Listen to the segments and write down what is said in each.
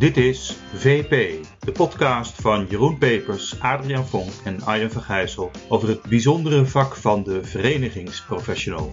Dit is VP, de podcast van Jeroen Pepers, Adriaan Vonk en Arjen van Gijssel over het bijzondere vak van de verenigingsprofessional.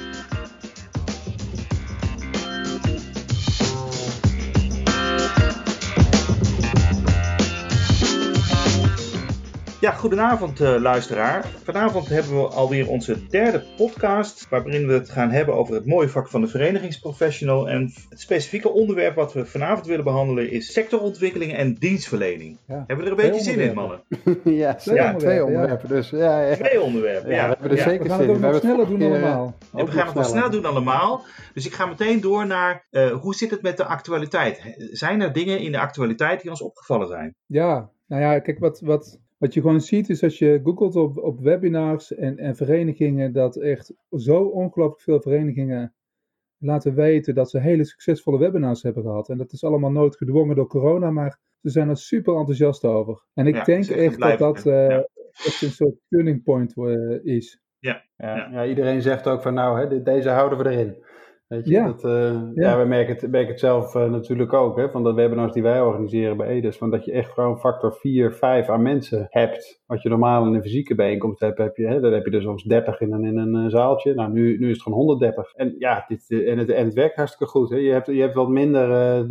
Ja, goedenavond luisteraar. Vanavond hebben we alweer onze derde podcast waarin we het gaan hebben over het mooie vak van de verenigingsprofessional. En het specifieke onderwerp wat we vanavond willen behandelen is sectorontwikkeling en dienstverlening. Ja. Hebben we er een beetje zin in, mannen? Ja, twee onderwerpen. Dus, ja. Twee onderwerpen, ja. We hebben er zeker zin in. We gaan het ook nog sneller doen dan normaal. We gaan het nog sneller doen dan normaal. Dus ik ga meteen door naar hoe zit het met de actualiteit? Zijn er dingen in de actualiteit die ons opgevallen zijn? Ja, nou ja, kijk, wat je gewoon ziet is als je googelt op webinars en verenigingen, dat echt zo ongelooflijk veel verenigingen laten weten dat ze hele succesvolle webinars hebben gehad. En dat is allemaal nooit gedwongen door corona, maar ze zijn er super enthousiast over. En ik denk echt dat echt een soort turning point is. Ja, iedereen zegt ook van nou, deze houden we erin. Weet je, we merken het zelf natuurlijk ook, hè, van de webinars die wij organiseren bij EDES, van dat je echt gewoon factor 4, 5 aan mensen hebt. Wat je normaal in een fysieke bijeenkomst hebt, dan heb je er soms 30 in een zaaltje. Nou, nu is het gewoon 130. En ja, het werkt hartstikke goed. Hè. Je hebt wat minder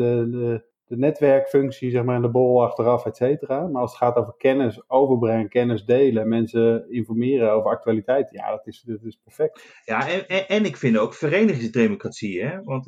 de netwerkfunctie, zeg maar, in de bol achteraf, et cetera. Maar als het gaat over kennis overbrengen, kennis delen, mensen informeren over actualiteit, ja, dat is perfect. Ja, en ik vind ook verenigingsdemocratie, hè, want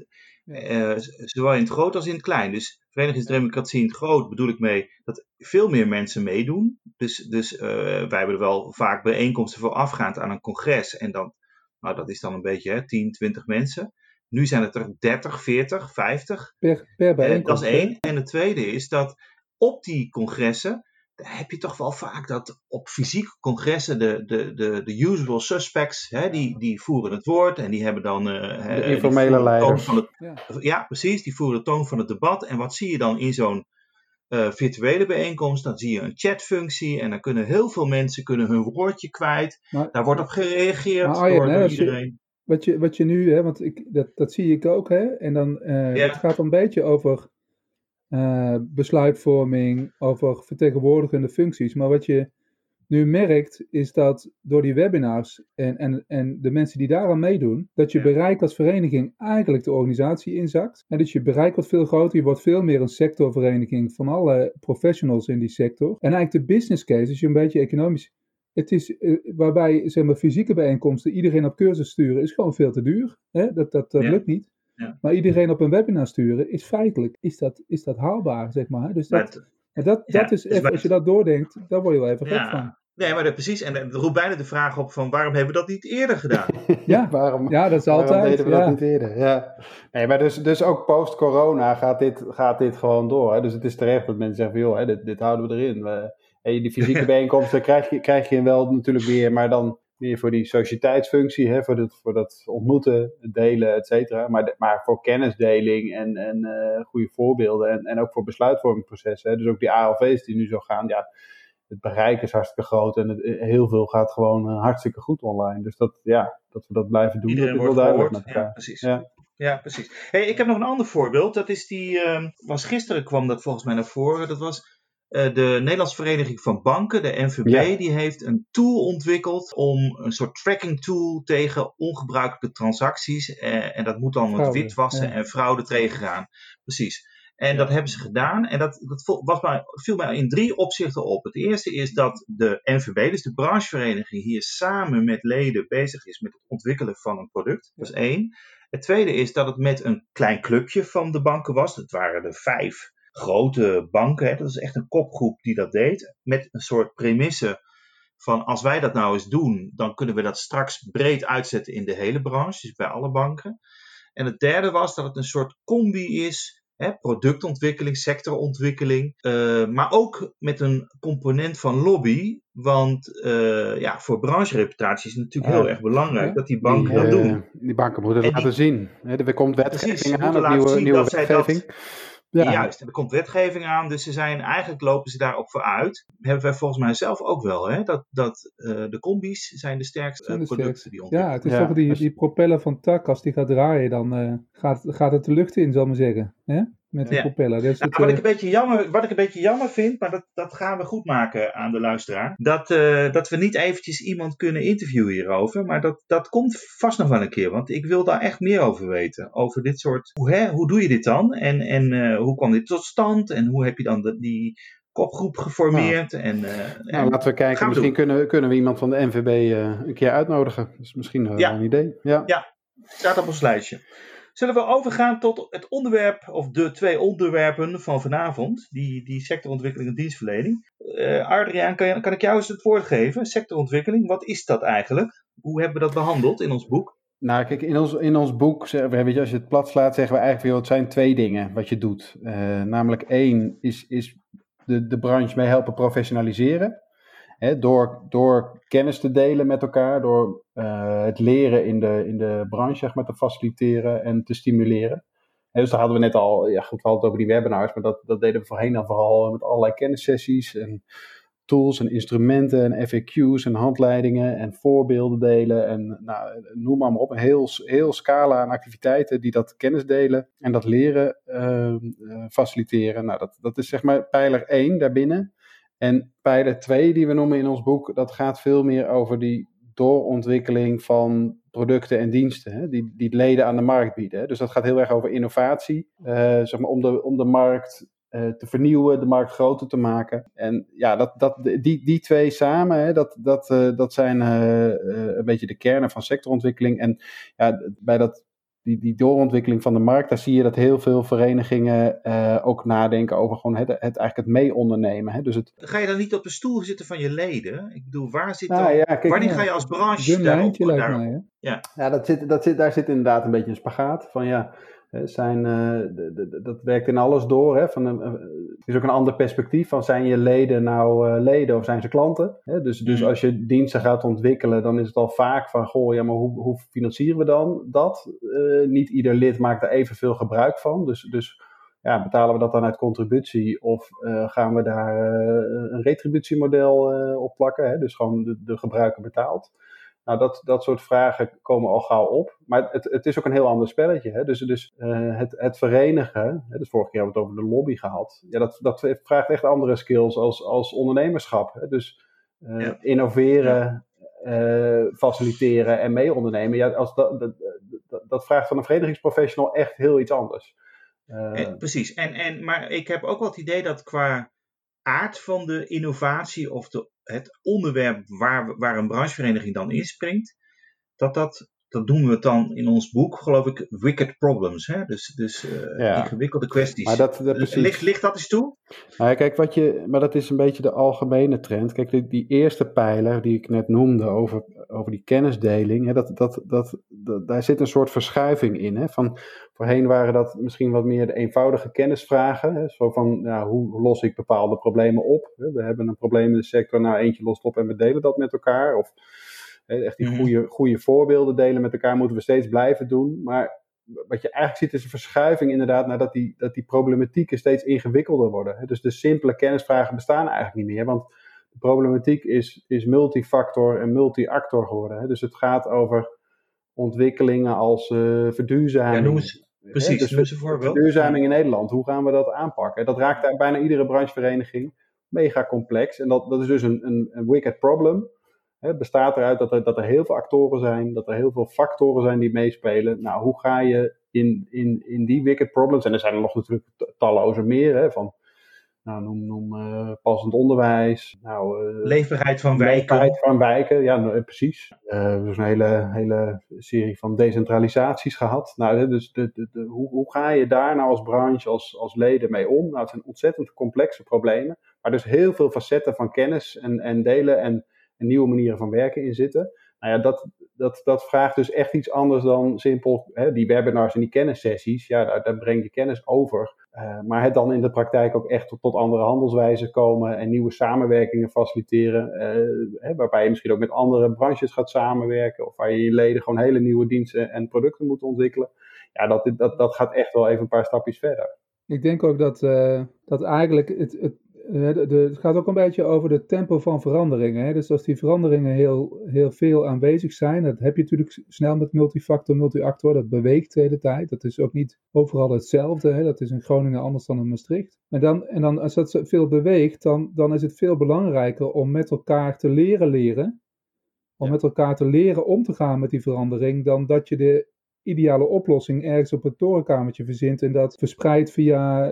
zowel in het groot als in het klein. Dus verenigingsdemocratie in het groot bedoel ik mee dat veel meer mensen meedoen. Dus wij hebben er wel vaak bijeenkomsten voorafgaand aan een congres en dan, nou, dat is dan een beetje 10, 20 mensen. Nu zijn het er 30, 40, 50. Per bijeenkomst. Dat is één. En het tweede is dat op die congressen, daar heb je toch wel vaak dat op fysieke congressen de usual suspects, die voeren het woord en die hebben dan de informele leiders. Ja, precies. Die voeren de toon van het debat. En wat zie je dan in zo'n virtuele bijeenkomst? Dan zie je een chatfunctie en dan kunnen heel veel mensen hun woordje kwijt. Daar wordt op gereageerd door iedereen. Wat je nu, hè, want dat zie ik ook, hè, en dan het gaat een beetje over besluitvorming, over vertegenwoordigende functies. Maar wat je nu merkt, is dat door die webinars en de mensen die daaraan meedoen, dat je bereik als vereniging eigenlijk de organisatie inzakt. En dus je bereik wordt veel groter, je wordt veel meer een sectorvereniging van alle professionals in die sector. En eigenlijk de business case, als je een beetje economisch. Het is waarbij, zeg maar, fysieke bijeenkomsten iedereen op cursus sturen is gewoon veel te duur. Hè? Dat lukt niet. Ja. Maar iedereen op een webinar sturen is feitelijk, is dat haalbaar, zeg maar. Hè? Dus dat is even, als je dat doordenkt, daar word je wel even gek van. Nee, maar precies. En er roept bijna de vraag op van waarom hebben we dat niet eerder gedaan? Waarom dat is altijd. Waarom deden we dat niet eerder? Ja. Nee, maar dus ook post-corona gaat dit gewoon door. Hè? Dus het is terecht dat mensen zeggen van joh, dit houden we erin. Die fysieke bijeenkomsten krijg je wel natuurlijk weer, maar dan meer voor die sociëteitsfunctie, hè, voor dat ontmoeten, delen, et cetera. Maar voor kennisdeling en goede voorbeelden en ook voor besluitvormingsprocessen. Hè. Dus ook die ALV's die nu zo gaan, ja, het bereik is hartstikke groot en heel veel gaat gewoon hartstikke goed online. Dus dat we dat blijven doen, iedereen dat is wordt wel duidelijk gehoord. met elkaar. Ja, precies. Ja, precies. Hey, ik heb nog een ander voorbeeld. Dat is gisteren kwam dat volgens mij naar voren. Dat was de Nederlandse Vereniging van Banken, de NVB, die heeft een tool ontwikkeld om een soort tracking tool tegen ongebruikelijke transacties. En dat moet dan met witwassen en fraude tegengaan. Precies. En dat hebben ze gedaan. En dat viel mij in 3 opzichten op. Het eerste is dat de NVB, dus de branchevereniging, hier samen met leden bezig is met het ontwikkelen van een product. Dat is 1. Het tweede is dat het met een klein clubje van de banken was. Het waren er 5 grote banken. Hè. Dat is echt een kopgroep die dat deed. Met een soort premisse van als wij dat nou eens doen, dan kunnen we dat straks breed uitzetten in de hele branche. Dus bij alle banken. En het derde was dat het een soort combi is. Productontwikkeling, sectorontwikkeling, maar ook met een component van lobby, want voor branchereputatie is het natuurlijk heel erg belangrijk dat die banken dat doen. Die banken moeten het laten zien. Er komt wetgeving aan, nieuwe wetgeving. Ja. Juist, en er komt wetgeving aan, dus lopen ze daarop vooruit. Hebben wij volgens mij zelf ook wel, hè? Dat de combi's zijn de sterkste producten die ontwikkelen. Ja, het is toch die propeller van tak, als die gaat draaien, dan gaat het de lucht in, zal ik maar zeggen. Hè? met een propeller. Dus wat ik een beetje jammer vind, maar dat gaan we goed maken aan de luisteraar. Dat we niet eventjes iemand kunnen interviewen hierover. Maar dat komt vast nog wel een keer. Want ik wil daar echt meer over weten. Over dit soort, hoe doe je dit dan? En hoe kwam dit tot stand? En hoe heb je dan die kopgroep geformeerd? Laten we kijken. Misschien kunnen we iemand van de NVB een keer uitnodigen. Dat is misschien wel een idee. Ja, staat op ons lijstje. Zullen we overgaan tot het onderwerp, of de 2 onderwerpen van vanavond, die sectorontwikkeling en dienstverlening. Adriaan, kan ik jou eens het woord geven? Sectorontwikkeling, wat is dat eigenlijk? Hoe hebben we dat behandeld in ons boek? Nou, kijk, in ons boek, als je het plat slaat, zeggen we eigenlijk, het zijn 2 dingen wat je doet. Namelijk 1 is de branche mee helpen professionaliseren. Door kennis te delen met elkaar, door het leren in de branche zeg maar, te faciliteren en te stimuleren. Dus daar hadden we net al, we hadden het over die webinars, maar dat deden we voorheen dan vooral met allerlei kennissessies en tools en instrumenten en FAQ's en handleidingen en voorbeelden delen en noem maar op. Een heel scala aan activiteiten die dat kennis delen en dat leren faciliteren. Nou, dat is zeg maar pijler 1 daarbinnen. En pijler 2 die we noemen in ons boek, dat gaat veel meer over die doorontwikkeling van producten en diensten, hè, die het leden aan de markt bieden. Hè. Dus dat gaat heel erg over innovatie, zeg maar om de markt te vernieuwen, de markt groter te maken. En ja, die 2 samen, hè, dat zijn een beetje de kernen van sectorontwikkeling. En ja, bij die doorontwikkeling van de markt, daar zie je dat heel veel verenigingen ook nadenken over gewoon eigenlijk het mee ondernemen. Hè. Dus Ga je dan niet op de stoel zitten van je leden? Ik bedoel, wanneer ga je als branche daarop? Daar zit inderdaad een beetje een spagaat van dat werkt in alles door. Hè, het is ook een ander perspectief van zijn je leden nou leden of zijn ze klanten? Hè? Dus als je diensten gaat ontwikkelen, dan is het al vaak van maar hoe financieren we dan dat? Niet ieder lid maakt er evenveel gebruik van. Dus betalen we dat dan uit contributie of gaan we daar een retributiemodel op plakken? Hè? Dus gewoon de gebruiker betaalt. Nou, dat soort vragen komen al gauw op. Maar het is ook een heel ander spelletje. Hè? Dus het verenigen, dus vorige keer hebben we het over de lobby gehad. Ja, dat vraagt echt andere skills als ondernemerschap. Hè? Dus innoveren, faciliteren en mee ondernemen. Ja, dat vraagt van een verenigingsprofessional echt heel iets anders. Precies. Maar ik heb ook wel het idee dat qua aard van de innovatie of het onderwerp waar een branchevereniging dan inspringt, dat doen we het dan in ons boek, geloof ik, wicked problems. Hè? Dus ingewikkelde kwesties. Maar ligt dat eens toe? Nou, kijk, maar dat is een beetje de algemene trend. Kijk, die eerste pijler die ik net noemde over die kennisdeling, hè, daar zit een soort verschuiving in. Hè? Van, voorheen waren dat misschien wat meer de eenvoudige kennisvragen. Hè? Zo van, hoe los ik bepaalde problemen op? Hè? We hebben een probleem in de sector, eentje lost op en we delen dat met elkaar. Of echt die goede voorbeelden delen met elkaar moeten we steeds blijven doen. Maar wat je eigenlijk ziet is een verschuiving inderdaad nadat die problematieken steeds ingewikkelder worden. Hè? Dus de simpele kennisvragen bestaan eigenlijk niet meer. Want de problematiek is multifactor en multi-actor geworden. Hè? Dus het gaat over ontwikkelingen als verduurzaming. Ja, noem eens een voorbeeld. Verduurzaming in Nederland, hoe gaan we dat aanpakken? Dat raakt bijna iedere branchevereniging. Mega complex. En dat is dus een wicked problem. Het bestaat eruit dat er heel veel actoren zijn, dat er heel veel factoren zijn die meespelen. Nou, hoe ga je in die wicked problems, en er zijn er nog natuurlijk talloze meer, hè, van noem passend onderwijs. Leefbaarheid van wijken. Leefbaarheid van wijken, ja, precies. Dus een hele serie van decentralisaties gehad. Nou, dus hoe ga je daar nou als branche, als leden mee om? Nou, het zijn ontzettend complexe problemen, maar dus heel veel facetten van kennis en delen en nieuwe manieren van werken in zitten. Nou ja, dat vraagt dus echt iets anders dan simpel die webinars en die kennissessies. Ja, daar breng je kennis over. Maar het dan in de praktijk ook echt tot andere handelswijzen komen en nieuwe samenwerkingen faciliteren. Waarbij je misschien ook met andere branches gaat samenwerken. Of waar je leden gewoon hele nieuwe diensten en producten moet ontwikkelen. Ja, dat gaat echt wel even een paar stapjes verder. Ik denk ook dat eigenlijk het gaat ook een beetje over het tempo van veranderingen. Hè? Dus als die veranderingen heel veel aanwezig zijn, dat heb je natuurlijk snel met multifactor, multi-actor, dat beweegt de hele tijd. Dat is ook niet overal hetzelfde. Hè? Dat is in Groningen anders dan in Maastricht. En dan als dat veel beweegt, dan is het veel belangrijker om met elkaar te leren. Om met elkaar te leren om te gaan met die verandering, dan dat je de ideale oplossing ergens op een torenkamertje verzint en dat verspreidt via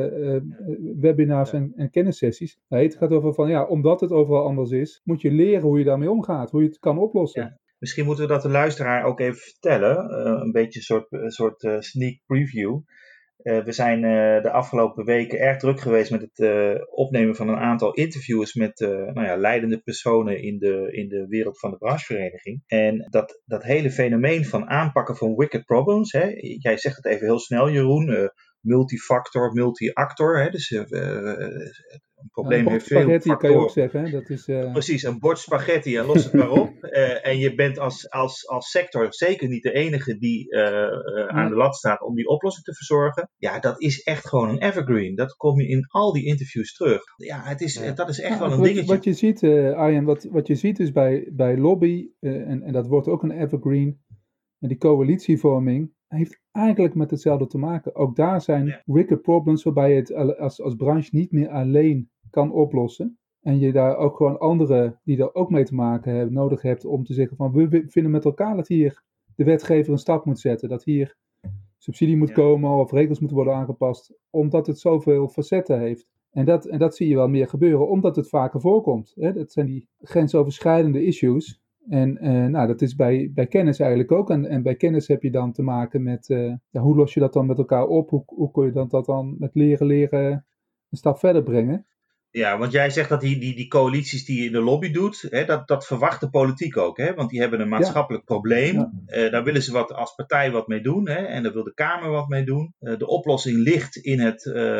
webinars en kennissessies. Nee, het gaat over van, omdat het overal anders is, moet je leren hoe je daarmee omgaat, hoe je het kan oplossen. Ja. Misschien moeten we dat de luisteraar ook even vertellen, een beetje een soort sneak preview. We zijn de afgelopen weken erg druk geweest met het opnemen van een aantal interviews met leidende personen in de wereld van de branchevereniging. En dat hele fenomeen van aanpakken van wicked problems, hè, jij zegt het even heel snel, Jeroen, multifactor, multi-actor, hè, dus een probleem heeft veel factoren. Kan je ook zeggen. Hè? Dat is, Precies, een bord spaghetti en los het maar op. En je bent als sector zeker niet de enige die aan de lat staat om die oplossing te verzorgen. Ja, dat is echt gewoon een evergreen. Dat kom je in al die interviews terug. Ja, dat is echt wel een dingetje. Wat je ziet, Arjen, wat je ziet is bij lobby, en dat wordt ook een evergreen, en die coalitievorming heeft eigenlijk met hetzelfde te maken. Ook daar zijn wicked problems waarbij je het als branche niet meer alleen kan oplossen. En je daar ook gewoon anderen die daar ook mee te maken hebben, nodig hebt om te zeggen van we vinden met elkaar dat hier de wetgever een stap moet zetten. Dat hier subsidie moet komen of regels moeten worden aangepast. Omdat het zoveel facetten heeft. En dat zie je wel meer gebeuren omdat het vaker voorkomt. Hè? Dat zijn die grensoverschrijdende issues. En dat is bij kennis eigenlijk ook. En bij kennis heb je dan te maken met hoe los je dat dan met elkaar op? Hoe kun je dat dan met leren een stap verder brengen? Ja, want jij zegt dat die coalities die je in de lobby doet, hè, dat verwacht de politiek ook. Hè? Want die hebben een maatschappelijk probleem. Daar willen ze als partij wat mee doen. Hè? En daar wil de Kamer wat mee doen. De oplossing ligt in het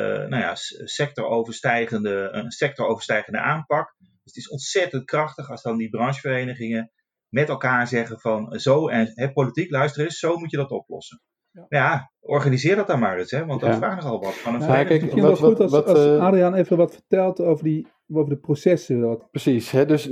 sectoroverstijgende aanpak. Dus het is ontzettend krachtig als dan die brancheverenigingen met elkaar zeggen van zo, en politiek, luister eens, zo moet je dat oplossen. Ja, organiseer dat dan maar eens, hè, want dat vraagt nogal wat van een vereniging. Ik vind het wel goed als Adriaan even wat vertelt over de processen. Precies, hè, dus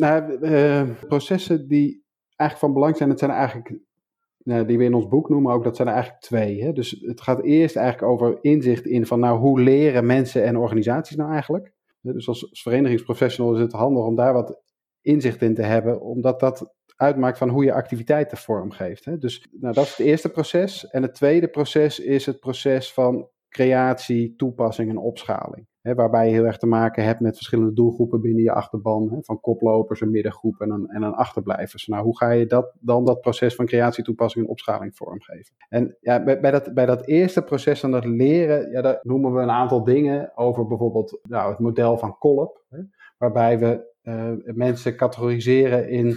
processen die eigenlijk van belang zijn, dat zijn eigenlijk, die we in ons boek noemen ook, dat zijn er eigenlijk 2. Hè. Dus het gaat eerst eigenlijk over inzicht in van hoe leren mensen en organisaties nou eigenlijk. Dus als verenigingsprofessional is het handig om daar wat inzicht in te hebben, omdat dat uitmaakt van hoe je activiteiten vormgeeft. Hè. Dus dat is het eerste proces. En het tweede proces is het proces van creatie, toepassing en opschaling. Hè, waarbij je heel erg te maken hebt met verschillende doelgroepen binnen je achterban. Hè, van koplopers, een middengroep en een achterblijvers. Nou, hoe ga je dat proces van creatie, toepassing en opschaling vormgeven? En ja, bij dat eerste proces van dat leren, daar noemen we een aantal dingen over bijvoorbeeld het model van Kolp. Hè, waarbij we mensen categoriseren in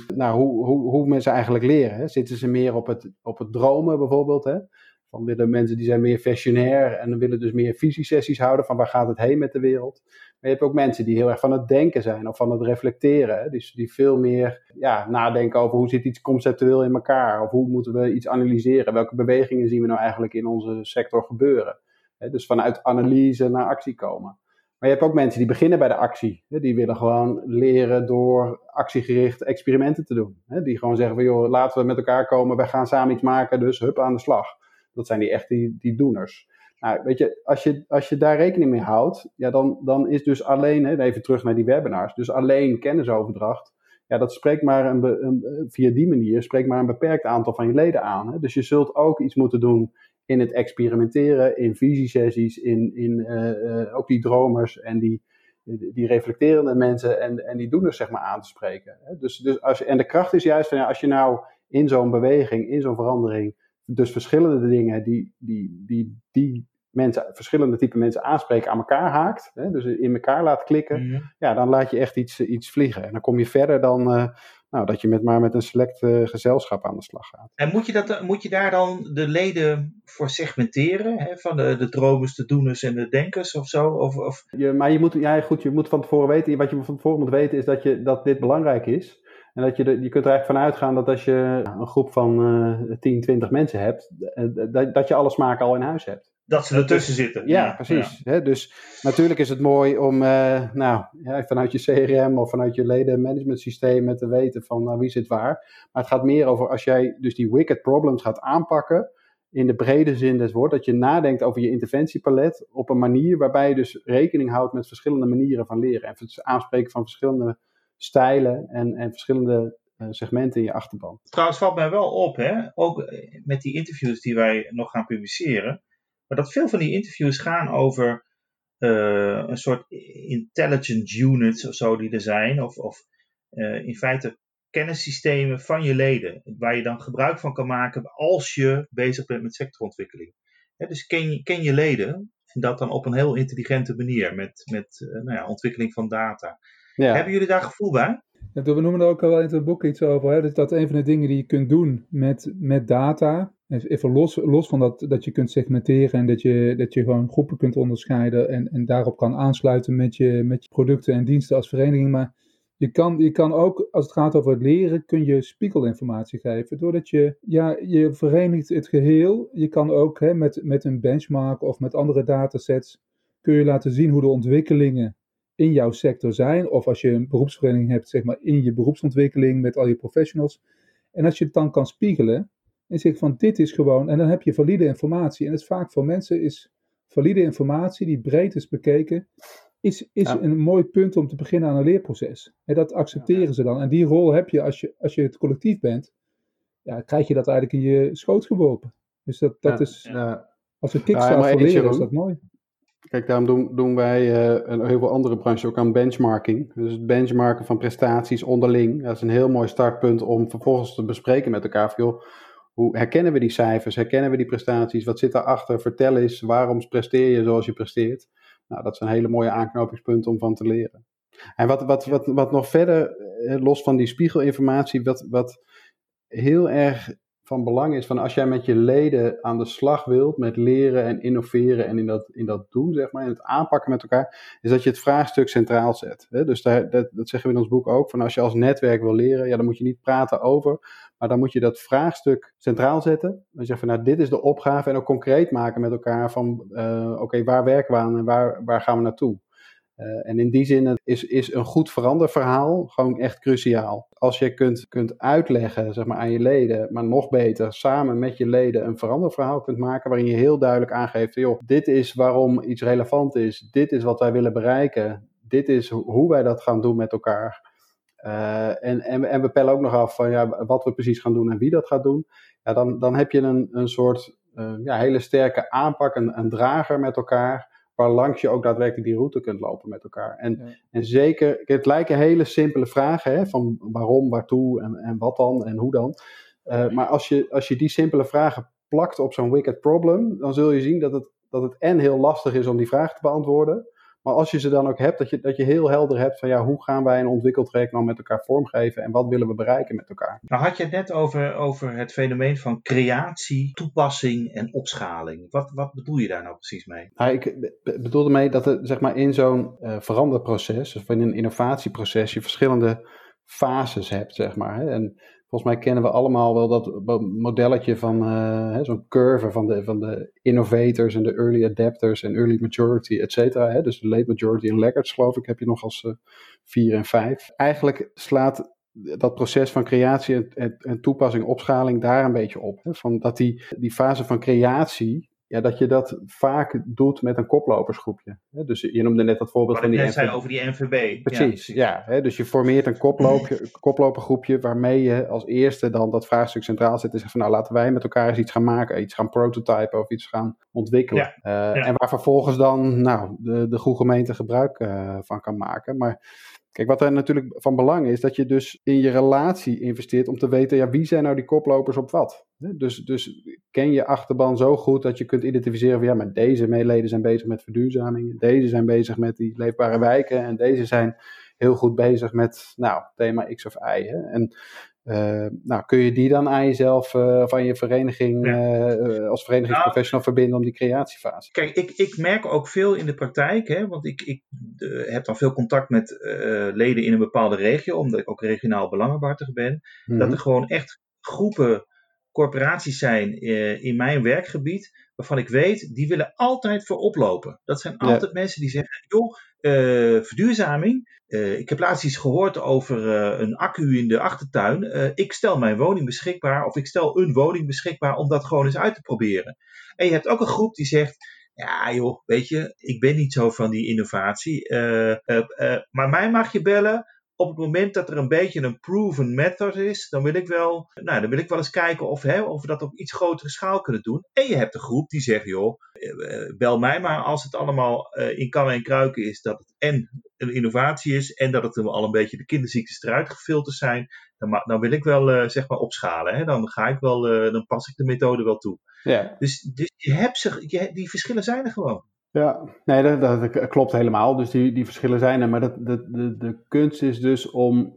hoe mensen eigenlijk leren. Hè. Zitten ze meer op het dromen bijvoorbeeld? Hè? Van willen mensen die zijn meer visionair en willen dus meer visiesessies houden van waar gaat het heen met de wereld. Maar je hebt ook mensen die heel erg van het denken zijn of van het reflecteren. Hè? Dus die veel meer nadenken over hoe zit iets conceptueel in elkaar. Of hoe moeten we iets analyseren. Welke bewegingen zien we nou eigenlijk in onze sector gebeuren. Hè? Dus vanuit analyse naar actie komen. Maar je hebt ook mensen die beginnen bij de actie. Die willen gewoon leren door actiegericht experimenten te doen. Die gewoon zeggen van joh, laten we met elkaar komen, wij gaan samen iets maken, dus hup aan de slag. Dat zijn die doeners. Nou, weet je, als je daar rekening mee houdt, dan is dus alleen, even terug naar die webinars, dus alleen kennisoverdracht, dat spreekt maar via die manier spreekt maar een beperkt aantal van je leden aan. Hè. Dus je zult ook iets moeten doen in het experimenteren, in visiesessies, in ook die dromers en die reflecterende mensen en die doeners zeg maar aan te spreken. Hè. Dus en de kracht is juist van als je nou in zo'n beweging, in zo'n verandering, dus verschillende dingen die mensen, verschillende type mensen aanspreken aan elkaar haakt, hè, dus in elkaar laat klikken, dan laat je echt iets vliegen. En dan kom je verder dan dat je met een select gezelschap aan de slag gaat. En moet je daar dan de leden voor segmenteren? Hè? Van de dromers, de doeners en de denkers of zo? Maar je moet van tevoren weten, wat je van tevoren moet weten is dat dit belangrijk is. En dat je kunt er eigenlijk van uitgaan dat als je een groep van 10, 20 mensen hebt, dat je alle smaken al in huis hebt. Dat ze ertussen zitten. Ja, precies. Ja. Dus natuurlijk is het mooi om vanuit je CRM of vanuit je ledenmanagementsystemen te weten van wie zit waar. Maar het gaat meer over als jij dus die wicked problems gaat aanpakken, in de brede zin des woord, dat je nadenkt over je interventiepalet op een manier waarbij je dus rekening houdt met verschillende manieren van leren. En het aanspreken van verschillende stijlen en verschillende segmenten in je achterban. Trouwens valt mij wel op, ook met die interviews die wij nog gaan publiceren, maar dat veel van die interviews gaan over een soort intelligence units of zo die er zijn, of in feite kennissystemen van je leden, waar je dan gebruik van kan maken als je bezig bent met sectorontwikkeling. Dus ken je leden, en dat dan op een heel intelligente manier, met ontwikkeling van data. Ja. Hebben jullie daar gevoel bij? Ja, we noemen er ook al wel in het boek iets over. Dus dat een van de dingen die je kunt doen met data, even los van dat je kunt segmenteren en dat je gewoon groepen kunt onderscheiden en daarop kan aansluiten met je producten en diensten als vereniging. Maar je kan ook, als het gaat over het leren, kun je spiegelinformatie geven. Doordat je verenigt het geheel. Je kan ook met een benchmark of met andere datasets, kun je laten zien hoe de ontwikkelingen in jouw sector zijn. Of als je een beroepsvereniging hebt, zeg maar in je beroepsontwikkeling met al je professionals. En als je het dan kan spiegelen en zegt van dit is gewoon, en dan heb je valide informatie. En het is vaak voor mensen is valide informatie die breed is bekeken, is een mooi punt om te beginnen aan een leerproces. En dat accepteren ze dan. En die rol heb je als je het collectief bent, krijg je dat eigenlijk in je schoot geworpen. Dus dat is, als een kickstart voor leren is dat mooi. Kijk, daarom doen wij en heel veel andere branches ook aan benchmarking. Dus het benchmarken van prestaties onderling. Dat is een heel mooi startpunt om vervolgens te bespreken met elkaar. Van, joh, hoe herkennen we die cijfers? Herkennen we die prestaties? Wat zit daarachter? Vertel eens, waarom presteer je zoals je presteert? Nou, dat zijn hele mooie aanknopingspunten om van te leren. En wat nog verder, los van die spiegelinformatie, wat heel erg van belang is, van als jij met je leden aan de slag wilt, met leren en innoveren en in dat doen, zeg maar, in het aanpakken met elkaar, is dat je het vraagstuk centraal zet. Dus dat zeggen we in ons boek ook, van als je als netwerk wil leren, dan moet je niet praten over, maar dan moet je dat vraagstuk centraal zetten. Dan zeg je van, dit is de opgave en ook concreet maken met elkaar van, waar werken we aan en waar gaan we naartoe? En in die zin is een goed veranderverhaal gewoon echt cruciaal. Als je kunt uitleggen, zeg maar, aan je leden, maar nog beter samen met je leden een veranderverhaal kunt maken waarin je heel duidelijk aangeeft, joh, dit is waarom iets relevant is, dit is wat wij willen bereiken, dit is hoe wij dat gaan doen met elkaar. En we pellen ook nog af van wat we precies gaan doen en wie dat gaat doen. Ja, dan heb je een soort hele sterke aanpak, een drager met elkaar, waarlangs je ook daadwerkelijk die route kunt lopen met elkaar. En zeker, het lijken hele simpele vragen, van waarom, waartoe en wat dan en hoe dan. Maar als je die simpele vragen plakt op zo'n wicked problem, dan zul je zien dat het en heel lastig is om die vraag te beantwoorden. Maar als je ze dan ook hebt, dat je heel helder hebt van hoe gaan wij een ontwikkeld traject nou met elkaar vormgeven en wat willen we bereiken met elkaar. Nou had je het net over het fenomeen van creatie, toepassing en opschaling. Wat bedoel je daar nou precies mee? Ik bedoel ermee dat er, zeg maar, in zo'n veranderproces, of in een innovatieproces, je verschillende fases hebt, zeg maar. En volgens mij kennen we allemaal wel dat modelletje van zo'n curve van de innovators en de early adapters en early majority, et cetera. Dus de late majority en laggards, geloof ik, heb je nog als 4 en 5. Eigenlijk slaat dat proces van creatie en toepassing, opschaling daar een beetje op. Van dat die fase van creatie, dat je dat vaak doet met een koplopersgroepje. Dus je noemde net dat voorbeeld van die NVB. Zei over die NVB. Precies, dus je formeert een koplopergroepje waarmee je als eerste dan dat vraagstuk centraal zet en zegt van laten wij met elkaar eens iets gaan maken, iets gaan prototypen of iets gaan ontwikkelen. En waar vervolgens dan de goede gemeente gebruik van kan maken. Maar kijk, wat er natuurlijk van belang is, dat je dus in je relatie investeert om te weten, wie zijn nou die koplopers op wat? Dus ken je achterban zo goed dat je kunt identificeren van, maar deze meeleden zijn bezig met verduurzaming, deze zijn bezig met die leefbare wijken en deze zijn heel goed bezig met, thema X of Y. En kun je die dan aan jezelf van je vereniging als verenigingsprofessional verbinden om die creatiefase? Kijk, ik merk ook veel in de praktijk, want ik heb dan veel contact met leden in een bepaalde regio, omdat ik ook regionaal belangenbehartiger ben, dat er gewoon echt groepen corporaties zijn in mijn werkgebied, waarvan ik weet, die willen altijd voor oplopen. Dat zijn altijd mensen die zeggen, joh, verduurzaming. Ik heb laatst iets gehoord over een accu in de achtertuin. Ik stel mijn woning beschikbaar, of ik stel een woning beschikbaar om dat gewoon eens uit te proberen. En je hebt ook een groep die zegt, ja joh, weet je, ik ben niet zo van die innovatie. Maar mij mag je bellen. Op het moment dat er een beetje een proven method is, dan wil ik wel eens kijken of we dat op iets grotere schaal kunnen doen. En je hebt een groep die zegt, joh, bel mij maar als het allemaal in kannen en kruiken is, dat het en een innovatie is en dat het al een beetje de kinderziektes eruit gefilterd zijn. Dan wil ik wel opschalen. Hè? Dan ga ik wel, dan pas ik de methode wel toe. Ja. Dus die verschillen zijn er gewoon. Ja, nee, dat klopt helemaal. Dus die verschillen zijn er. Maar de kunst is dus om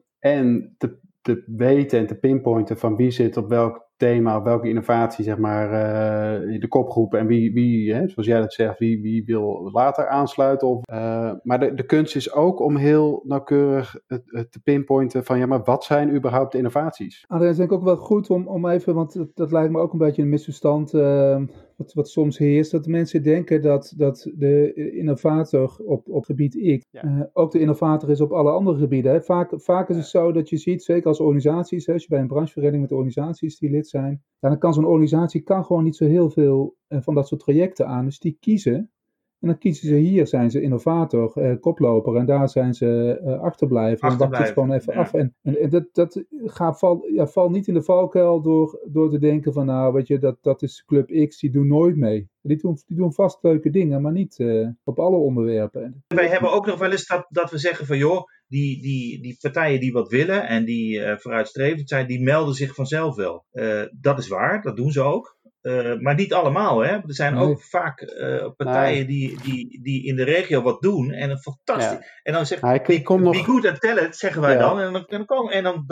te weten en te pinpointen van wie zit op welk thema, op welke innovatie, zeg maar, in de kopgroep. En wie zoals jij dat zegt, wie wil later aansluiten. Maar de kunst is ook om heel nauwkeurig te pinpointen van, ja, maar wat zijn überhaupt de innovaties? Dat is denk ik ook wel goed om even, want dat lijkt me ook een beetje een misverstand wat soms heerst, dat mensen denken dat de innovator op gebied X ook de innovator is op alle andere gebieden. Hè. Vaak is het zo dat je ziet, zeker als organisaties, hè, als je bij een branchevereniging met organisaties die lid zijn, dan kan zo'n organisatie gewoon niet zo heel veel van dat soort trajecten aan. Dus die kiezen. En dan kiezen ze hier, zijn ze innovator, koploper en daar zijn ze achterblijven. Dan wacht het gewoon even af. En dat valt niet in de valkuil door te denken van nou, weet je, dat is Club X, die doen nooit mee. Die doen vast leuke dingen, maar niet op alle onderwerpen. Wij hebben ook nog wel eens dat we zeggen van joh, die partijen die wat willen en die vooruitstrevend zijn, die melden zich vanzelf wel. Dat is waar, dat doen ze ook. Maar niet allemaal, hè. Er zijn ook vaak partijen die in de regio wat doen en een fantastisch. Ja. En dan zegt be good at talent, zeggen wij dan. En dan komen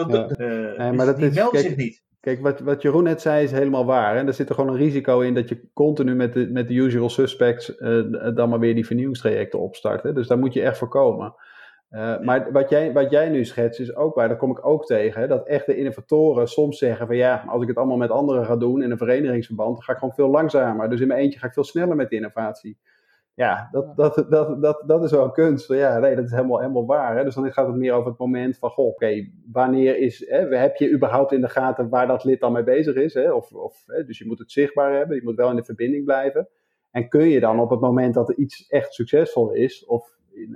maar die melden zich niet. Kijk, wat Jeroen net zei is helemaal waar. En er zit er gewoon een risico in dat je continu met de usual suspects dan maar weer die vernieuwingstrajecten opstart. Hè. Dus daar moet je echt voor komen. Maar wat jij nu schetst is ook waar, daar kom ik ook tegen, hè, dat echte innovatoren soms zeggen van ja, als ik het allemaal met anderen ga doen in een verenigingsverband, dan ga ik gewoon veel langzamer. Dus in mijn eentje ga ik veel sneller met de innovatie. Ja, dat is wel een kunst. Ja, nee, dat is helemaal waar. Hè. Dus dan gaat het meer over het moment van, goh, oké, wanneer heb je überhaupt in de gaten waar dat lid dan mee bezig is? Hè? Dus je moet het zichtbaar hebben, je moet wel in de verbinding blijven. En kun je dan op het moment dat er iets echt succesvol is, of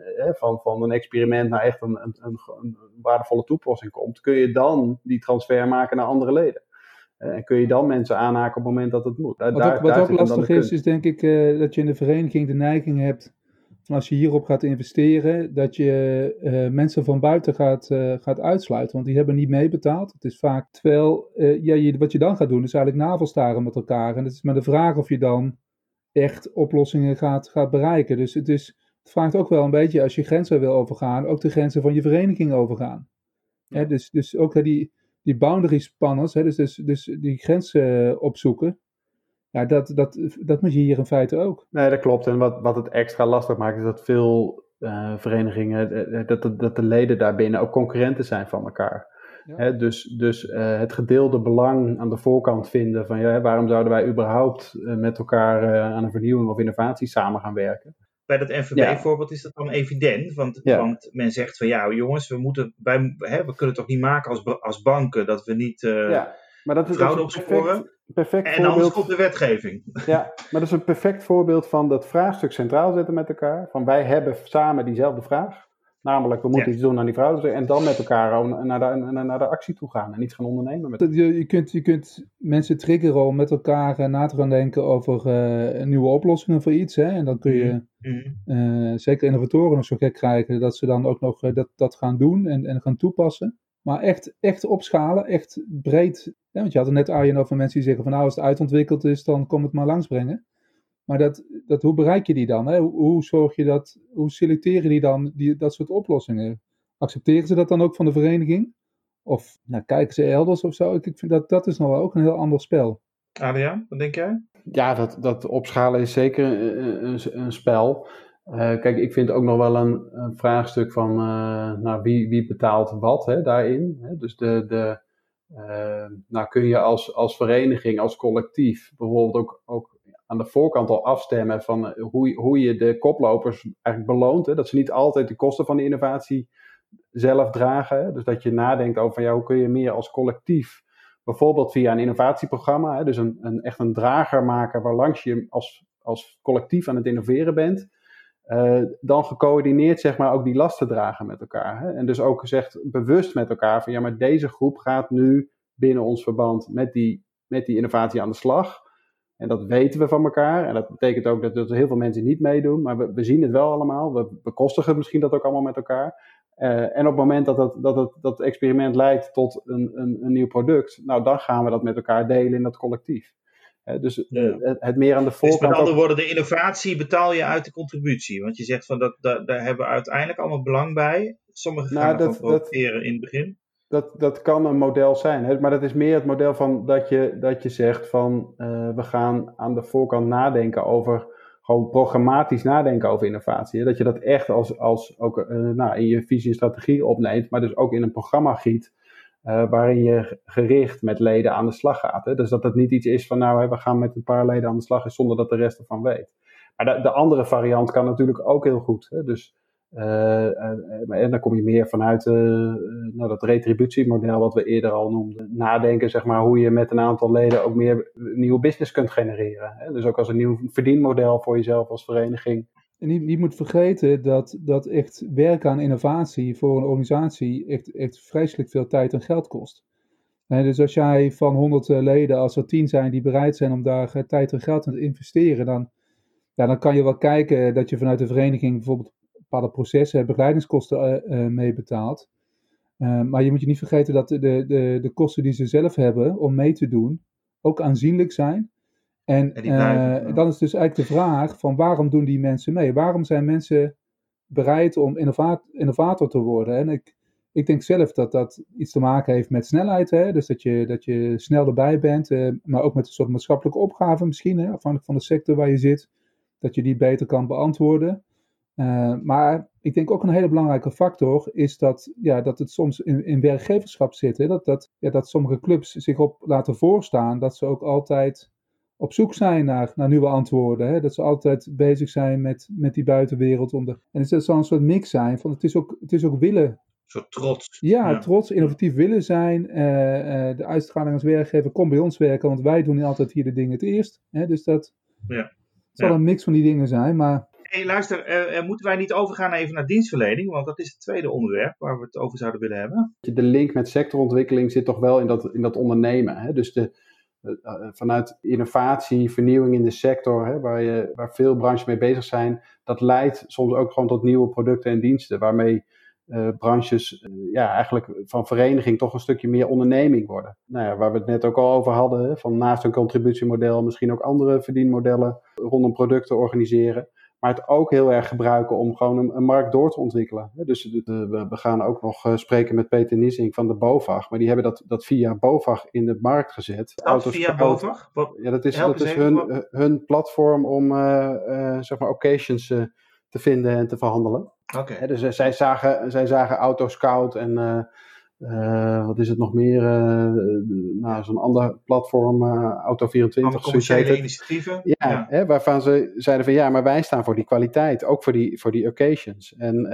van een experiment naar echt een waardevolle toepassing komt, kun je dan die transfer maken naar andere leden. En kun je dan mensen aanhaken op het moment dat het moet. Wat ook lastig is denk ik dat je in de vereniging de neiging hebt, van als je hierop gaat investeren, dat je mensen van buiten gaat uitsluiten, want die hebben niet meebetaald. Het is vaak, terwijl wat je dan gaat doen is eigenlijk navelstaren met elkaar. En het is maar de vraag of je dan echt oplossingen gaat bereiken. Dus het vraagt ook wel een beetje, als je grenzen wil overgaan, ook de grenzen van je vereniging overgaan. Ja. Dus ook die boundary spanners, dus die grenzen opzoeken, ja, dat moet je hier in feite ook. Nee, dat klopt. En wat het extra lastig maakt, is dat veel verenigingen, dat de leden daarbinnen ook concurrenten zijn van elkaar. Ja. Dus het gedeelde belang aan de voorkant vinden van ja, waarom zouden wij überhaupt met elkaar aan een vernieuwing of innovatie samen gaan werken. Bij dat NVB-voorbeeld is dat dan evident, want men zegt van ja jongens, we kunnen het toch niet maken als banken dat we niet maar dat fraude opsporen. Perfect en voorbeeld. anders komt de wetgeving. Ja, maar dat is een perfect voorbeeld van dat vraagstuk centraal zetten met elkaar. Van wij hebben samen diezelfde vraag. Namelijk, we moeten iets doen aan die fraude. En dan met elkaar naar de actie toe gaan. En iets gaan ondernemen. Je kunt mensen triggeren om met elkaar na te gaan denken over nieuwe oplossingen voor iets. Hè? En dan kun je zeker innovatoren nog zo gek krijgen dat ze dan ook nog dat gaan doen en gaan toepassen. Maar echt opschalen, echt breed. Ja, want je had er net Arjen over mensen die zeggen van nou, als het uitontwikkeld is, dan kom het maar langsbrengen. Maar hoe bereik je die dan? Hè? Hoe selecteren die dan dat soort oplossingen? Accepteren ze dat dan ook van de vereniging? Of kijken ze elders of zo? Ik vind dat is nog wel ook een heel ander spel. Adriaan, wat denk jij? Ja, dat opschalen is zeker een spel. Kijk, ik vind ook nog wel een vraagstuk van wie betaalt wat daarin. Hè? Dus Nou kun je als vereniging, als collectief, bijvoorbeeld ook aan de voorkant al afstemmen van hoe je de koplopers eigenlijk beloont. Hè? Dat ze niet altijd de kosten van de innovatie zelf dragen. Hè? Dus dat je nadenkt over hoe kun je meer als collectief, bijvoorbeeld via een innovatieprogramma, hè? Dus echt een drager maken waarlangs je als collectief aan het innoveren bent. Dan gecoördineerd zeg maar ook die lasten dragen met elkaar. Hè? En dus ook gezegd bewust met elkaar van maar deze groep gaat nu binnen ons verband met die innovatie aan de slag. En dat weten we van elkaar. En dat betekent ook dat er heel veel mensen niet meedoen. Maar we zien het wel allemaal. We bekostigen misschien dat ook allemaal met elkaar. En op het moment dat experiment leidt tot een nieuw product, nou dan gaan we dat met elkaar delen in dat collectief. Dus het meer aan de voorkant. Dus met andere woorden, de innovatie betaal je uit de contributie. Want je zegt van daar hebben we uiteindelijk allemaal belang bij. Sommigen gaan ervan profiteren in het begin. Dat kan een model zijn. Hè? Maar dat is meer het model van dat je zegt van we gaan aan de voorkant nadenken over, gewoon programmatisch nadenken over innovatie. Hè? Dat je dat echt als ook in je visie en strategie opneemt, maar dus ook in een programma giet. Waarin je gericht met leden aan de slag gaat. Hè? Dus dat het niet iets is van we gaan met een paar leden aan de slag zonder dat de rest ervan weet. Maar de andere variant kan natuurlijk ook heel goed. Hè? Dus, en dan kom je meer vanuit dat retributiemodel wat we eerder al noemden. Nadenken zeg maar hoe je met een aantal leden ook meer nieuwe business kunt genereren. Hè? Dus ook als een nieuw verdienmodel voor jezelf als vereniging. En niet moet vergeten dat echt werken aan innovatie voor een organisatie echt vreselijk veel tijd en geld kost. Dus als jij van 100 leden, als er 10 zijn die bereid zijn om daar tijd en geld in te investeren, dan kan je wel kijken dat je vanuit de vereniging bijvoorbeeld bepaalde processen, begeleidingskosten mee betaalt. Maar je moet je niet vergeten dat de kosten die ze zelf hebben om mee te doen ook aanzienlijk zijn. En dan is dus eigenlijk de vraag van waarom doen die mensen mee? Waarom zijn mensen bereid om innovator te worden? En ik denk zelf dat dat iets te maken heeft met snelheid. Hè? Dus dat je snel erbij bent. Maar ook met een soort maatschappelijke opgave misschien. Hè? Afhankelijk van de sector waar je zit. Dat je die beter kan beantwoorden. Maar ik denk ook een hele belangrijke factor is dat het soms in werkgeverschap zit. Hè? Dat sommige clubs zich op laten voorstaan dat ze ook altijd op zoek zijn naar nieuwe antwoorden. Hè? Dat ze altijd bezig zijn met die buitenwereld. En het zal een soort mix zijn van het is ook willen. Een soort trots. Ja, trots, innovatief willen zijn. De uitstraling als werkgever, kom bij ons werken, want wij doen altijd hier de dingen het eerst. Hè? Dus het zal een mix van die dingen zijn, maar... Hey, luister, moeten wij niet overgaan even naar dienstverlening? Want dat is het tweede onderwerp waar we het over zouden willen hebben. De link met sectorontwikkeling zit toch wel in dat ondernemen. Hè? Dus vanuit innovatie, vernieuwing in de sector, hè, waar veel branches mee bezig zijn, dat leidt soms ook gewoon tot nieuwe producten en diensten, waarmee branches eigenlijk van vereniging toch een stukje meer onderneming worden. Nou ja, waar we het net ook al over hadden, hè, van naast een contributiemodel misschien ook andere verdienmodellen rondom producten organiseren. Maar het ook heel erg gebruiken om gewoon een markt door te ontwikkelen. Dus we gaan ook nog spreken met Peter Niesing van de BOVAG. Maar die hebben dat via BOVAG in de markt gezet. Via BOVAG? Ja, dat is hun platform om zeg maar occasions te vinden en te verhandelen. Okay. Dus zij zagen Autoscout en wat is het nog meer? Zo'n ander platform, Auto24. Allemaal commerciële initiatieven. Ja. Hè, waarvan ze zeiden van maar wij staan voor die kwaliteit, ook voor die occasions.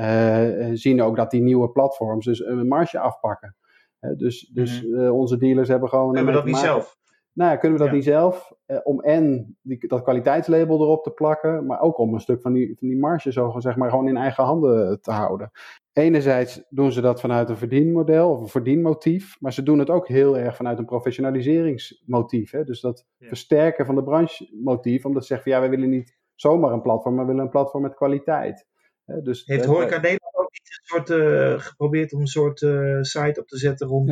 En zien ook dat die nieuwe platforms dus een marge afpakken. Dus onze dealers hebben gewoon... Kunnen we dat niet zelf? Kunnen we dat niet zelf? Om dat kwaliteitslabel erop te plakken, maar ook om een stuk van die marge zo zeg maar gewoon in eigen handen te houden. Enerzijds doen ze dat vanuit een verdienmodel of een verdienmotief, maar ze doen het ook heel erg vanuit een professionaliseringsmotief. Hè? Dus dat versterken van de branchemotief, omdat ze zeggen van wij willen niet zomaar een platform, maar we willen een platform met kwaliteit. Dus, heeft Horeca Nederland ook niet geprobeerd om een soort site op te zetten rond...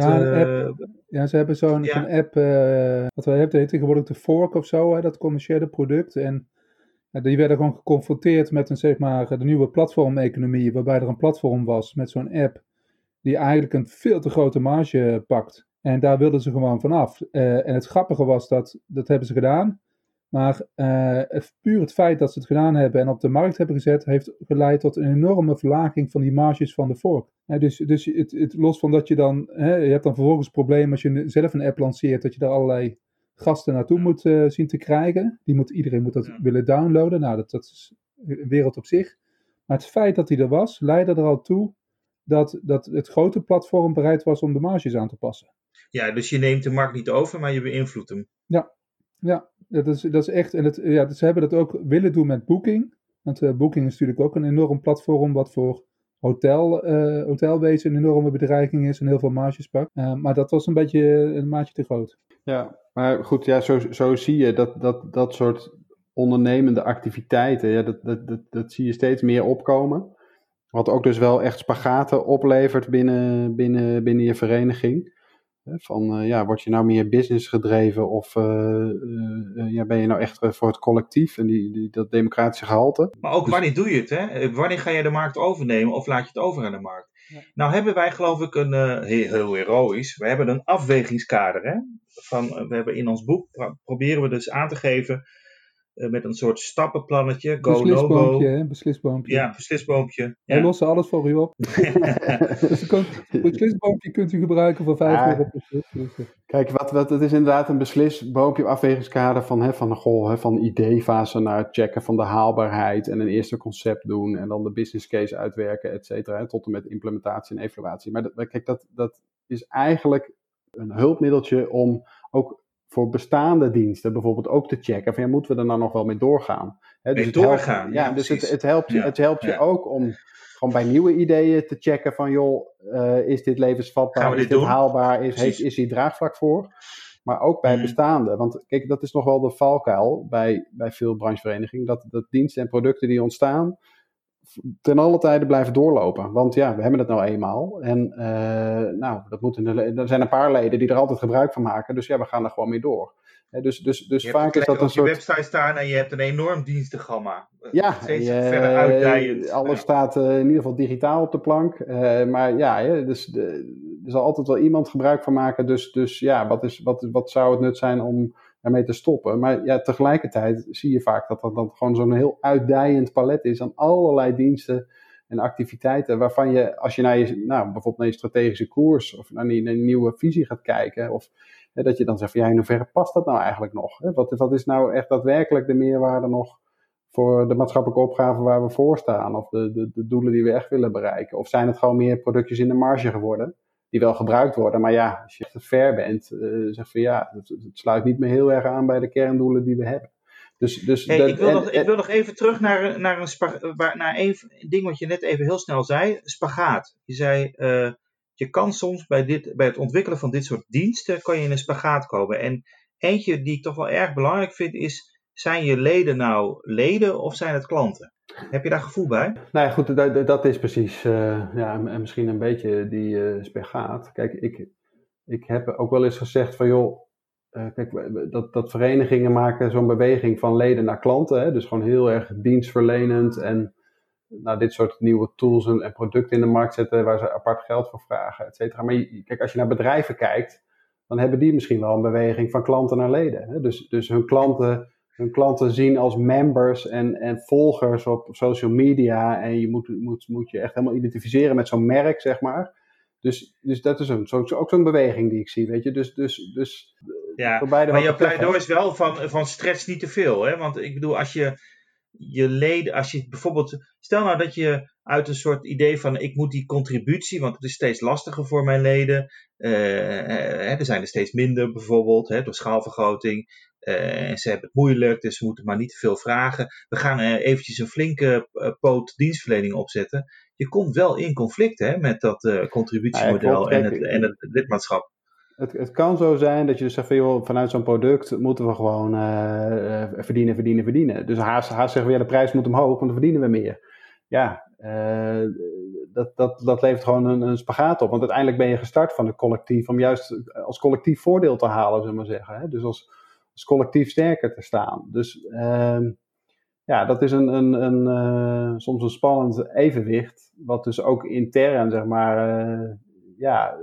ze hebben zo'n app, wat wij hebben, heet tegenwoordig de Fork of zo, hè, dat commerciële product. En die werden gewoon geconfronteerd met de nieuwe platformeconomie, waarbij er een platform was met zo'n app die eigenlijk een veel te grote marge pakt. En daar wilden ze gewoon vanaf. En het grappige was dat hebben ze gedaan. Maar puur het feit dat ze het gedaan hebben en op de markt hebben gezet, heeft geleid tot een enorme verlaging van die marges van de fork. Dus het los van dat je dan, je hebt dan vervolgens het probleem als je zelf een app lanceert, dat je daar allerlei gasten naartoe moet zien te krijgen. Iedereen moet dat willen downloaden. Nou, dat is een wereld op zich. Maar het feit dat hij er was, leidde er al toe dat het grote platform bereid was om de marges aan te passen. Ja, dus je neemt de markt niet over, maar je beïnvloedt hem. Ja, dat is echt. En ze hebben dat ook willen doen met Booking. Want Booking is natuurlijk ook een enorm platform wat voor hotelwezen een enorme bedreiging is en heel veel marges pakt. Maar dat was een beetje een maatje te groot. Ja, maar goed, ja, zo zie je dat soort ondernemende activiteiten, ja, dat zie je steeds meer opkomen. Wat ook dus wel echt spagaten oplevert binnen je vereniging. Word je nou meer business gedreven of ben je nou echt voor het collectief en dat democratische gehalte? Maar ook wanneer doe je het? Hè? Wanneer ga je de markt overnemen of laat je het over aan de markt? Ja. Nou hebben wij geloof ik heel heroïs, we hebben een afwegingskader. Hè? We hebben in ons boek, proberen we dus aan te geven met een soort stappenplannetje. Beslisboompje. Ja, beslisboompje. Wij lossen alles voor u op. Beslisboompje kunt u gebruiken voor 5 euro per stuk. Kijk, het is inderdaad een beslisboompje afwegingskader van ideefase naar het checken van de haalbaarheid en een eerste concept doen en dan de business case uitwerken, et cetera, tot en met implementatie en evaluatie. Maar dat is eigenlijk een hulpmiddeltje om ook voor bestaande diensten bijvoorbeeld ook te checken van moeten we er nou nog wel mee doorgaan. Dus het helpt je ook om gewoon bij nieuwe ideeën te checken van is dit levensvatbaar, is dit haalbaar, is hier draagvlak voor. Maar ook bij bestaande, want kijk, dat is nog wel de valkuil bij veel brancheverenigingen, dat diensten en producten die ontstaan ten alle tijde blijven doorlopen. Want ja, we hebben het nou eenmaal. En er zijn een paar leden die er altijd gebruik van maken. Dus ja, we gaan er gewoon mee door. Dus vaak is dat een soort... Je website staan en je hebt een enorm dienstengamma. Ja, verder uitdijend. Alles staat in ieder geval digitaal op de plank. Maar ja, er zal altijd wel iemand gebruik van maken. Dus ja, wat zou het nut zijn om ermee te stoppen? Maar ja, tegelijkertijd zie je vaak dat dat dan gewoon zo'n heel uitdijend palet is aan allerlei diensten en activiteiten waarvan je, als je bijvoorbeeld naar je strategische koers of naar een nieuwe visie gaat kijken, of dat je dan zegt van in hoeverre past dat nou eigenlijk nog? Wat is nou echt daadwerkelijk de meerwaarde nog voor de maatschappelijke opgaven waar we voor staan? Of de doelen die we echt willen bereiken? Of zijn het gewoon meer productjes in de marge geworden? Die wel gebruikt worden, maar ja, als je echt ver bent, zeg van het sluit niet meer heel erg aan bij de kerndoelen die we hebben. Ik wil nog even terug naar één ding wat je net even heel snel zei, spagaat. Je zei, je kan soms bij het ontwikkelen van dit soort diensten, kan je in een spagaat komen. En eentje die ik toch wel erg belangrijk vind is, zijn je leden nou leden of zijn het klanten? Heb je daar gevoel bij? Nou ja, goed, dat is precies, en misschien een beetje die spagaat. Kijk, ik heb ook wel eens gezegd van dat verenigingen maken zo'n beweging van leden naar klanten. Hè? Dus gewoon heel erg dienstverlenend en dit soort nieuwe tools en producten in de markt zetten waar ze apart geld voor vragen, et cetera. Maar kijk, als je naar bedrijven kijkt, dan hebben die misschien wel een beweging van klanten naar leden. Hè? Dus hun klanten zien als members en volgers op social media en je moet je echt helemaal identificeren met zo'n merk, zeg maar. Dus dat is ook zo'n beweging die ik zie, weet je. Dus ja, maar jouw pleidooi is wel van stretch niet te veel, hè? Want ik bedoel, als je leden, als je bijvoorbeeld, stel nou dat je uit een soort idee van ik moet die contributie, want het is steeds lastiger voor mijn leden, er zijn er steeds minder bijvoorbeeld, door schaalvergroting, en ze hebben het moeilijk, dus ze moeten maar niet te veel vragen. We gaan eventjes een flinke poot dienstverlening opzetten. Je komt wel in conflict met dat contributiemodel en het lidmaatschap. Het kan zo zijn dat je dus zegt van vanuit zo'n product moeten we gewoon verdienen. Dus haast zeggen we de prijs moet omhoog, want dan verdienen we meer. Ja, dat levert gewoon een spagaat op. Want uiteindelijk ben je gestart van het collectief om juist als collectief voordeel te halen, zullen we maar zeggen. Hè? Dus als collectief sterker te staan. Dus dat is soms een spannend evenwicht, wat dus ook intern, zeg maar,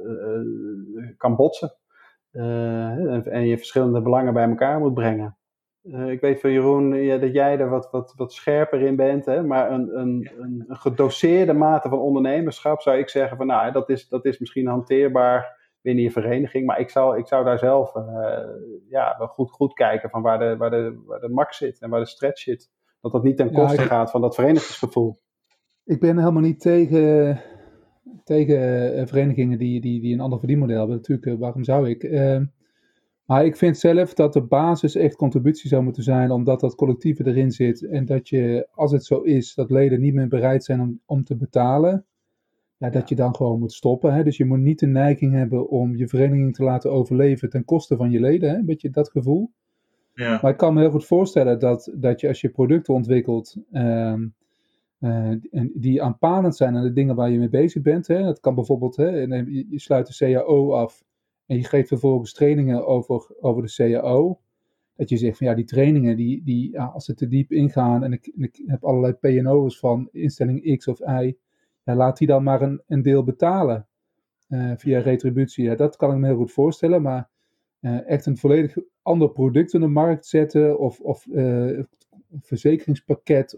kan botsen. En je verschillende belangen bij elkaar moet brengen. Ik weet van Jeroen dat jij er wat scherper in bent, hè? Maar een gedoseerde mate van ondernemerschap zou ik zeggen van nou, dat is misschien hanteerbaar binnen je vereniging, maar ik zou daar zelf wel goed kijken van waar de max zit en waar de stretch zit. Dat niet ten koste gaat van dat verenigingsgevoel. Ik ben helemaal niet tegen verenigingen die een ander verdienmodel hebben. Natuurlijk, waarom zou ik? Maar ik vind zelf dat de basis echt contributie zou moeten zijn, omdat dat collectieve erin zit. En dat je, als het zo is, dat leden niet meer bereid zijn om te betalen, dat je dan gewoon moet stoppen. Hè? Dus je moet niet de neiging hebben om je vereniging te laten overleven ten koste van je leden. Hè? Een beetje dat gevoel. Ja. Maar ik kan me heel goed voorstellen dat je als je producten ontwikkelt en die aanpalend zijn aan de dingen waar je mee bezig bent. Hè? Dat kan bijvoorbeeld, je sluit de CAO af en je geeft vervolgens trainingen over de CAO. Dat je zegt van die trainingen, als ze te diep ingaan en ik heb allerlei P&O's van instelling X of Y, laat die dan maar een deel betalen via retributie. Ja, dat kan ik me heel goed voorstellen, maar echt een volledig ander product in de markt zetten of een verzekeringspakket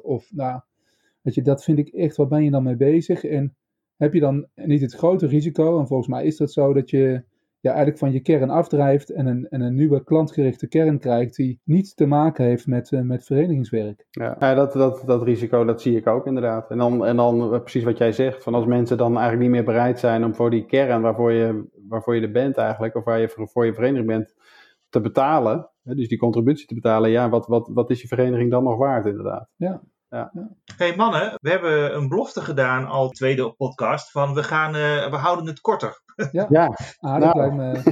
dat vind ik echt, waar ben je dan mee bezig? En heb je dan niet het grote risico, en volgens mij is dat zo, dat je eigenlijk van je kern afdrijft en een nieuwe klantgerichte kern krijgt die niets te maken heeft met verenigingswerk. Ja, dat risico, dat zie ik ook inderdaad. En dan precies wat jij zegt, van als mensen dan eigenlijk niet meer bereid zijn om voor die kern waarvoor je er bent eigenlijk, of waar je voor je vereniging bent, te betalen, dus die contributie te betalen, wat is je vereniging dan nog waard inderdaad? Ja. Hey mannen, we hebben een belofte gedaan al tweede podcast van we houden het korter. Ja. Dat lijkt me...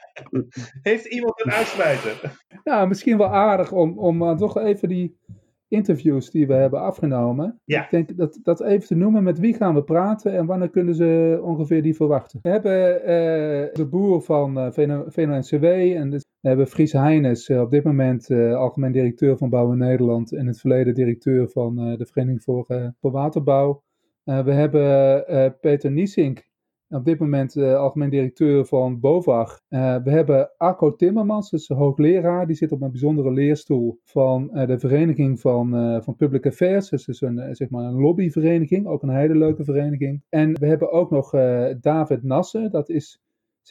Heeft iemand een uitsmijter? Nou, misschien wel aardig om toch even die interviews die we hebben afgenomen. Ja. Ik denk dat even te noemen, met wie gaan we praten en wanneer kunnen ze ongeveer die verwachten. We hebben de boer van VNO-NCW en we hebben Fries Heines, op dit moment algemeen directeur van Bouwen Nederland en in het verleden directeur van de Vereniging voor Waterbouw. We hebben Peter Niesink, op dit moment algemeen directeur van BOVAG. We hebben Arco Timmermans, dus hoogleraar. Die zit op een bijzondere leerstoel van de Vereniging van Public Affairs. Dus een lobbyvereniging, ook een hele leuke vereniging. En we hebben ook nog David Nassen, dat is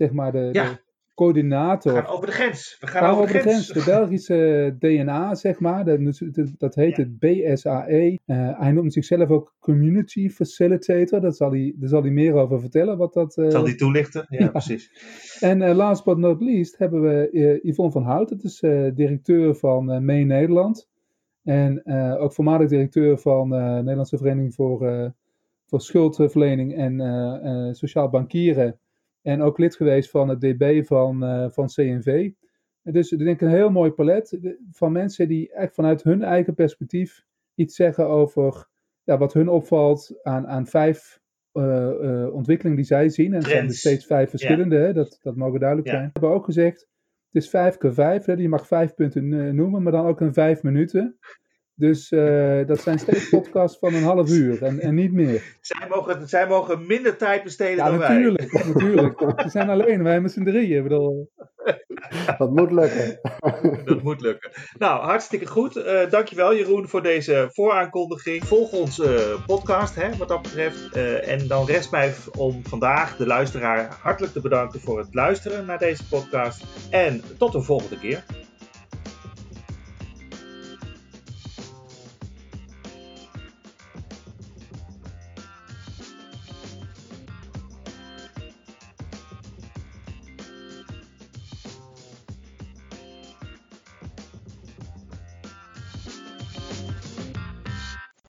de coördinator. We gaan over de grens. We gaan over de grens. De Belgische DNA, dat heet het BSAE. Hij noemt zichzelf ook Community Facilitator. Daar zal hij meer over vertellen. Zal hij toelichten? Ja, precies. En last but not least hebben we Yvonne van Hout. Dat is directeur van Mee Nederland. En ook voormalig directeur van Nederlandse Vereniging voor Schuldverlening en Sociaal Bankieren. En ook lid geweest van het DB van CNV. En dus ik denk een heel mooi palet van mensen die echt vanuit hun eigen perspectief iets zeggen over wat hun opvalt aan 5 ontwikkelingen die zij zien. En het zijn er steeds 5 verschillende, hè? Dat mogen duidelijk zijn. We hebben ook gezegd, het is 5x5, hè? Je mag 5 punten noemen, maar dan ook in 5 minuten. Dus dat zijn steeds podcasts van een half uur en niet meer. Zij mogen minder tijd besteden dan wij. Natuurlijk. We zijn alleen, wij met z'n drieën. Dat moet lukken. Dat moet lukken. Nou, hartstikke goed. Dankjewel Jeroen voor deze vooraankondiging. Volg onze podcast wat dat betreft. En dan rest mij om vandaag de luisteraar hartelijk te bedanken voor het luisteren naar deze podcast. En tot de volgende keer.